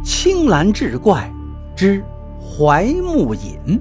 青蓝志怪之怀木隐。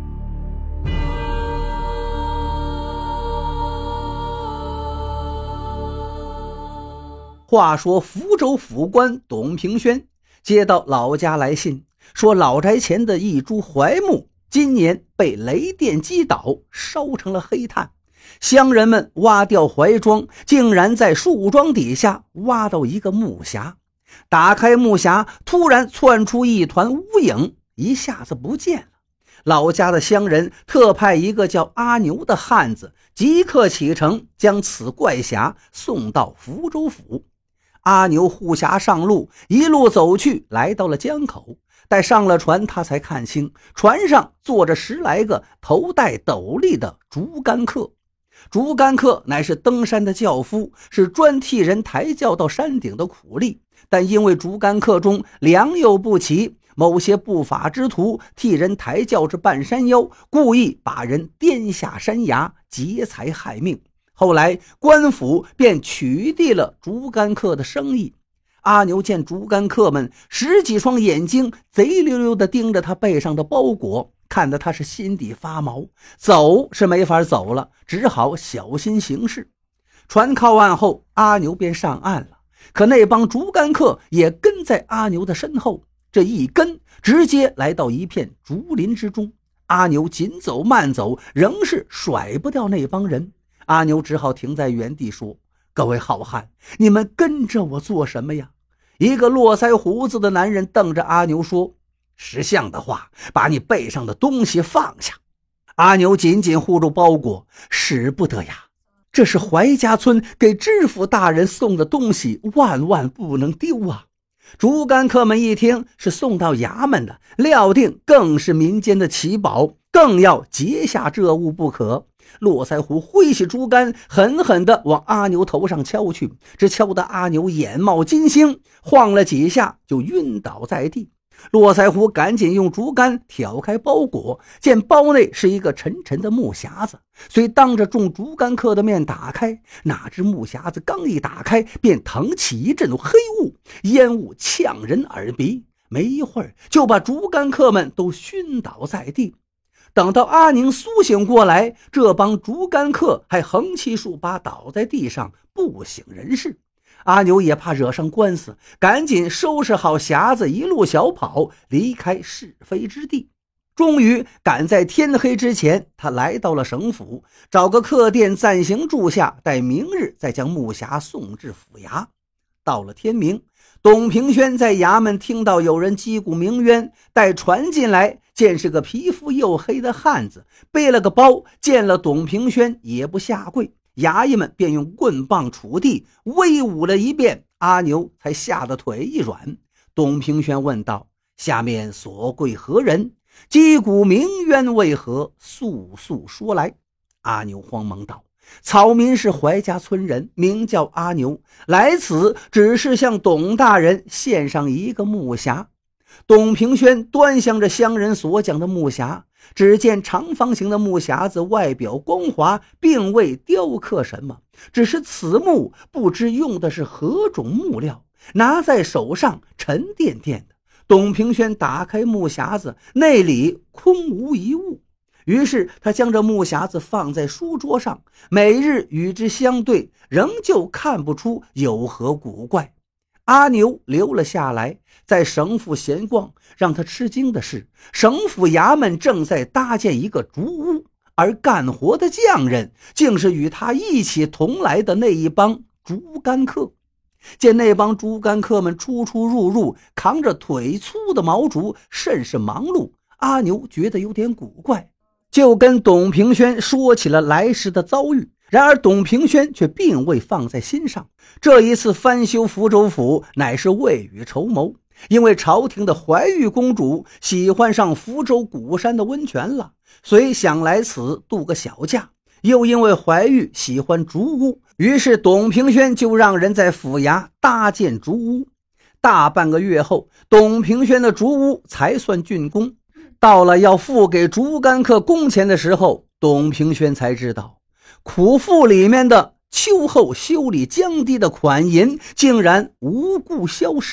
话说福州府官董平轩接到老家来信，说老宅前的一株槐木今年被雷电击倒，烧成了黑炭。乡人们挖掉槐桩，竟然在树桩底下挖到一个木匣。打开木匣，突然窜出一团乌影，一下子不见了。老家的乡人特派一个叫阿牛的汉子即刻启程，将此怪匣送到福州府。阿牛护匣上路，一路走去，来到了江口。待上了船，他才看清船上坐着10来个头戴斗笠的竹竿客。竹竿客乃是登山的轿夫，是专替人抬轿到山顶的苦力，但因为竹竿客中良莠不齐，某些不法之徒替人抬轿至半山腰，故意把人颠下山崖，劫财害命。后来官府便取缔了竹竿客的生意。阿牛见竹竿客们10几双眼睛贼溜溜地盯着他背上的包裹，看得他是心底发毛，走是没法走了，只好小心行事。船靠岸后，阿牛便上岸了，可那帮竹竿客也跟在阿牛的身后，这一跟直接来到一片竹林之中。阿牛紧走慢走，仍是甩不掉那帮人。阿牛只好停在原地说：各位好汉，你们跟着我做什么呀？一个络腮胡子的男人瞪着阿牛说：识相的话，把你背上的东西放下。阿牛紧紧护住包裹：使不得呀，这是怀家村给知府大人送的东西，万万不能丢啊。竹竿客们一听是送到衙门的，料定更是民间的奇宝，更要截下这物不可。络腮胡挥起竹竿，狠狠地往阿牛头上敲去，只敲得阿牛眼冒金星，晃了几下就晕倒在地。络腮胡赶紧用竹竿挑开包裹，见包内是一个沉沉的木匣子，遂当着众竹竿客的面打开。哪知木匣子刚一打开，便腾起一阵黑雾，烟雾呛人耳鼻，没一会儿就把竹竿客们都熏倒在地。等到阿宁苏醒过来，这帮竹竿客还横七竖八倒在地上，不省人事。阿牛也怕惹上官司，赶紧收拾好匣子，一路小跑离开是非之地。终于赶在天黑之前，他来到了省府，找个客店暂行住下，待明日再将木匣送至府衙。到了天明，董平轩在衙门听到有人击鼓鸣冤，待传进来，见是个皮肤黝黑的汉子，背了个包，见了董平轩也不下跪。衙役们便用棍棒杵地，威武了一遍，阿牛才吓得腿一软。董平轩问道：下面所跪何人？击鼓鸣冤为何？速速说来。阿牛慌忙道：草民是怀家村人，名叫阿牛，来此只是向董大人献上一个木匣。董平轩端详着乡人所讲的木匣，只见长方形的木匣子外表光滑，并未雕刻什么，只是此木不知用的是何种木料，拿在手上沉甸甸的。董平轩打开木匣子，内里空无一物。于是他将这木匣子放在书桌上，每日与之相对，仍旧看不出有何古怪。阿牛留了下来，在省府闲逛。让他吃惊的是，省府衙门正在搭建一个竹屋，而干活的匠人竟是与他一起同来的那一帮竹竿客。见那帮竹竿客们出出入入，扛着腿粗的毛竹，甚是忙碌，阿牛觉得有点古怪，就跟董平轩说起了来时的遭遇。然而董平轩却并未放在心上，这一次翻修福州府乃是未雨绸缪，因为朝廷的怀玉公主喜欢上福州鼓山的温泉了，遂想来此度个小假。又因为怀玉喜欢竹屋，于是董平轩就让人在府衙搭建竹屋。大半个月后，董平轩的竹屋才算竣工。到了要付给竹竿客工钱的时候，董平轩才知道苦赋里面的秋后修理江堤的款银竟然无故消失了。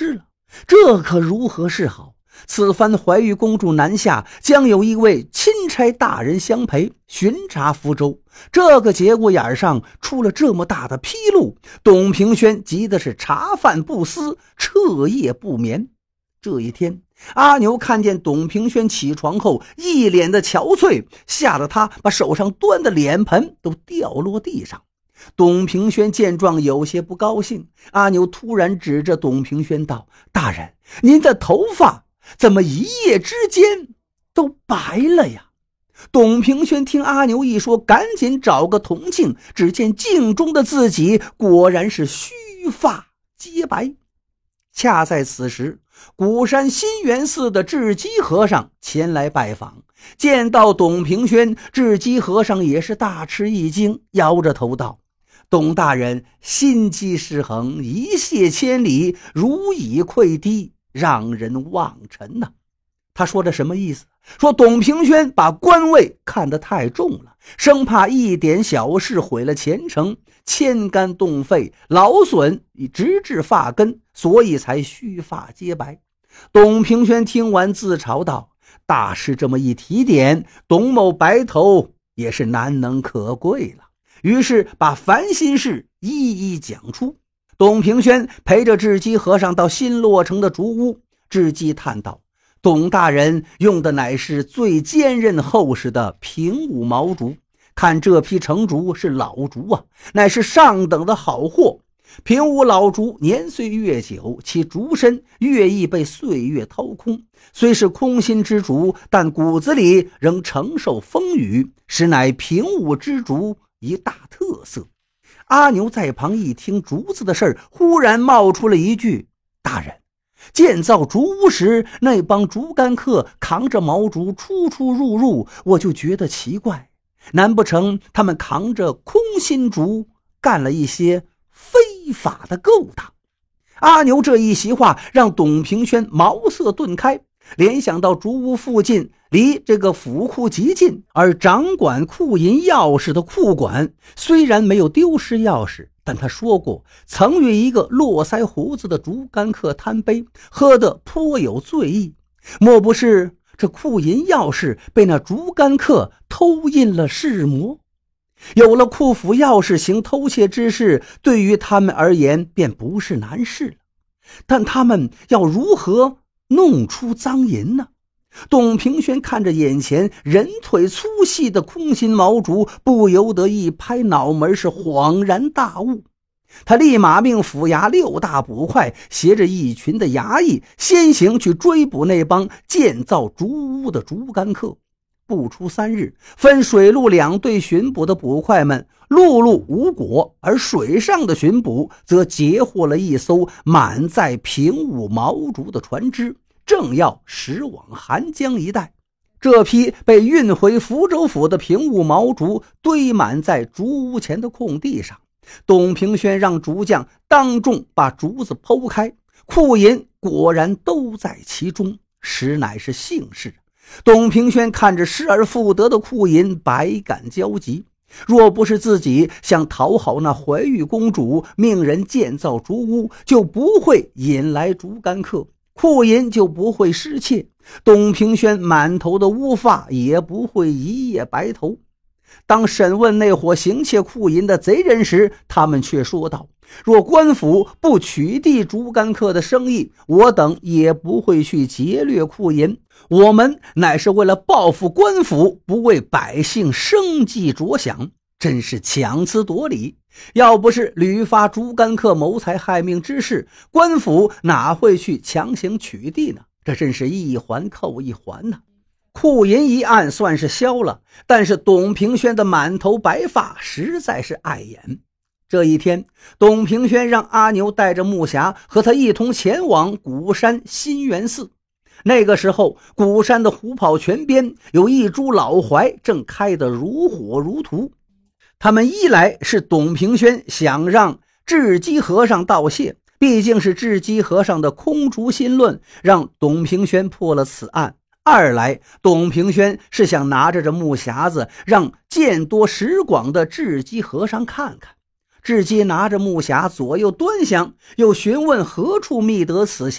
这可如何是好？此番怀玉公主南下，将有一位钦差大人相陪巡查福州，这个节骨眼上出了这么大的纰漏，董平轩急的是茶饭不思，彻夜不眠。这一天，阿牛看见董平轩起床后一脸的憔悴，吓得他把手上端的脸盆都掉落地上。董平轩见状有些不高兴，阿牛突然指着董平轩道：“大人，您的头发怎么一夜之间都白了呀？”董平轩听阿牛一说，赶紧找个铜镜，只见镜中的自己果然是须发皆白。恰在此时，鼓山新源寺的智基和尚前来拜访，见到董平轩，智基和尚也是大吃一惊，摇着头道：“董大人心机失衡，一泻千里，如以溃堤，让人望尘呐。”他说的什么意思？说董平轩把官位看得太重了，生怕一点小事毁了前程，千肝动肺，劳损直至发根，所以才须发皆白。董平轩听完自嘲道：“大师这么一提点，董某白头也是难能可贵了。”于是把烦心事一一讲出。董平轩陪着智基和尚到新落成的竹屋，智基叹道：“董大人用的乃是最坚韧厚实的平武毛竹，看这批成竹是老竹啊，乃是上等的好货。平武老竹年岁越久，其竹身越易被岁月掏空，虽是空心之竹，但骨子里仍承受风雨，实乃平武之竹一大特色。”阿牛在旁一听竹子的事儿，忽然冒出了一句：“大人，建造竹屋时，那帮竹竿客扛着毛竹出出入入，我就觉得奇怪，难不成他们扛着空心竹干了一些非法的勾当？”阿牛这一席话让董平轩茅塞顿开，联想到竹屋附近离这个府库极近，而掌管库银钥匙的库管虽然没有丢失钥匙，但他说过曾与一个络腮胡子的竹竿客贪杯，喝得颇有醉意。莫不是这库银钥匙被那竹竿客偷印了誓魔？有了库府钥匙，行偷窃之事对于他们而言便不是难事了，但他们要如何弄出赃银呢？董平轩看着眼前人腿粗细的空心毛竹，不由得一拍脑门，是恍然大悟。他立马命府衙6大捕快携着一群的衙役先行去追捕那帮建造竹屋的竹竿客。不出3日，分水陆2队巡捕的捕快们陆路无果，而水上的巡捕则截获了一艘满载平武毛竹的船只，正要驶往韩江一带。这批被运回福州府的平武毛竹堆满在竹屋前的空地上，董平轩让竹匠当众把竹子剖开，库银果然都在其中，实乃是幸事。董平轩看着失而复得的库银，百感交集。若不是自己想讨好那怀玉公主，命人建造竹屋，就不会引来竹竿客，库银就不会失窃，董平轩满头的乌发也不会一夜白头。当审问那伙行窃库银的贼人时，他们却说道：“若官府不取缔竹竿客的生意，我等也不会去劫掠库银。我们乃是为了报复官府，不为百姓生计着想，真是强词夺理。要不是屡发竹竿客谋财害命之事，官府哪会去强行取缔呢？这真是一环扣一环呢。”库银一案算是消了，但是董平轩的满头白发实在是碍眼。这一天，董平轩让阿牛带着木匣和他一同前往鼓山新源寺。那个时候，鼓山的虎跑泉边有一株老槐正开得如火如荼。他们一来是董平轩想让智基和尚道谢，毕竟是智基和尚的空竹心论让董平轩破了此案；二来，董平轩是想拿着这木匣子让见多识广的智基和尚看看。智基拿着木匣左右端详，又询问何处觅得此匣。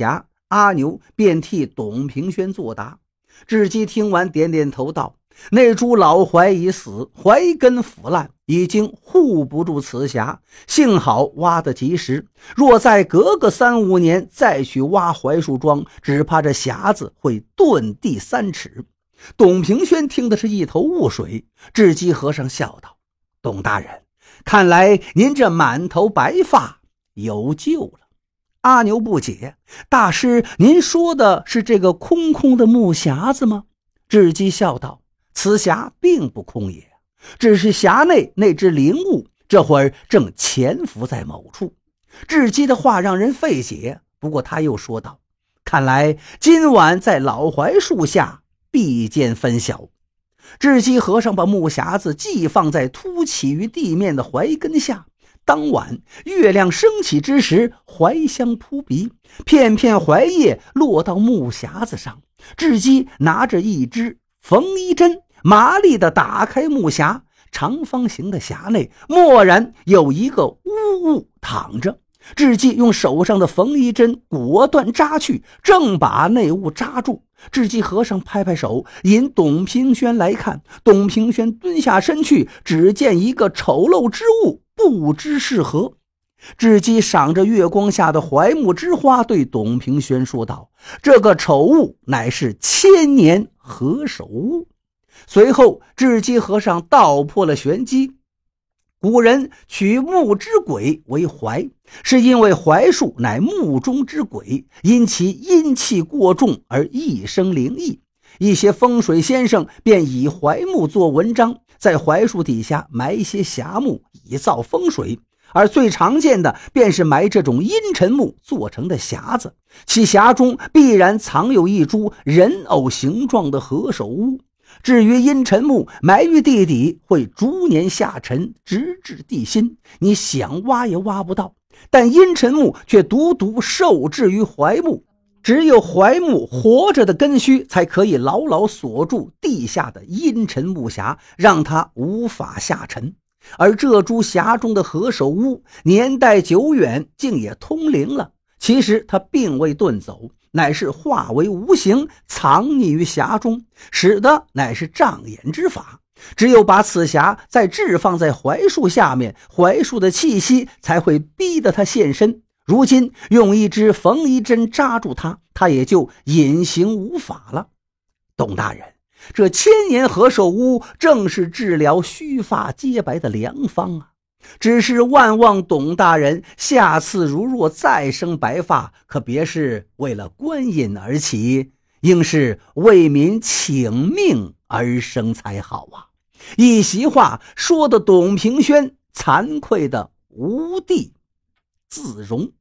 阿牛便替董平轩作答。智基听完点点头道：那株老槐已死，槐根腐烂，已经护不住此匣，幸好挖得及时，若再隔个3-5年再去挖槐树桩，只怕这匣子会遁地3尺。董平轩听的是一头雾水。智基和尚笑道：董大人，看来您这满头白发有救了。阿牛不解：大师，您说的是这个空空的木匣子吗？智基笑道：此匣并不空也，只是匣内那只灵物这会儿正潜伏在某处。智基的话让人费解，不过他又说道：看来今晚在老槐树下必见分晓。智基和尚把木匣子寄放在凸起于地面的槐根下。当晚月亮升起之时，槐香扑鼻，片片槐叶落到木匣子上。智基拿着一支缝衣针，麻利地打开木匣，长方形的匣内蓦然有一个污物躺着。智基用手上的缝衣针果断扎去，正把那物扎住。智基和尚拍拍手，引董平轩来看。董平轩蹲下身去，只见一个丑陋之物，不知是何。智基赏着月光下的槐木之花，对董平轩说道：这个丑物乃是千年何首乌。随后智基和尚道破了玄机。古人取木之鬼为槐，是因为槐树乃木中之鬼，因其阴气过重而一生灵异。一些风水先生便以槐木做文章，在槐树底下埋一些匣木以造风水，而最常见的便是埋这种阴沉木做成的匣子，其匣中必然藏有一株人偶形状的何首乌。至于阴沉木埋于地底，会逐年下沉，直至地心，你想挖也挖不到。但阴沉木却独独受制于槐木，只有槐木活着的根须才可以牢牢锁住地下的阴沉木匣，让它无法下沉。而这株匣中的何首乌年代久远，竟也通灵了。其实它并未遁走，乃是化为无形，藏匿于匣中，使的乃是障眼之法。只有把此匣再置放在槐树下面，槐树的气息才会逼得它现身。如今用一支缝衣针扎住它，它也就隐形无法了。董大人，这千年何首乌正是治疗须发皆白的良方啊！只是万望董大人下次如若再生白发，可别是为了官印而起，应是为民请命而生才好啊！一席话说的董平轩惭愧的无地自容。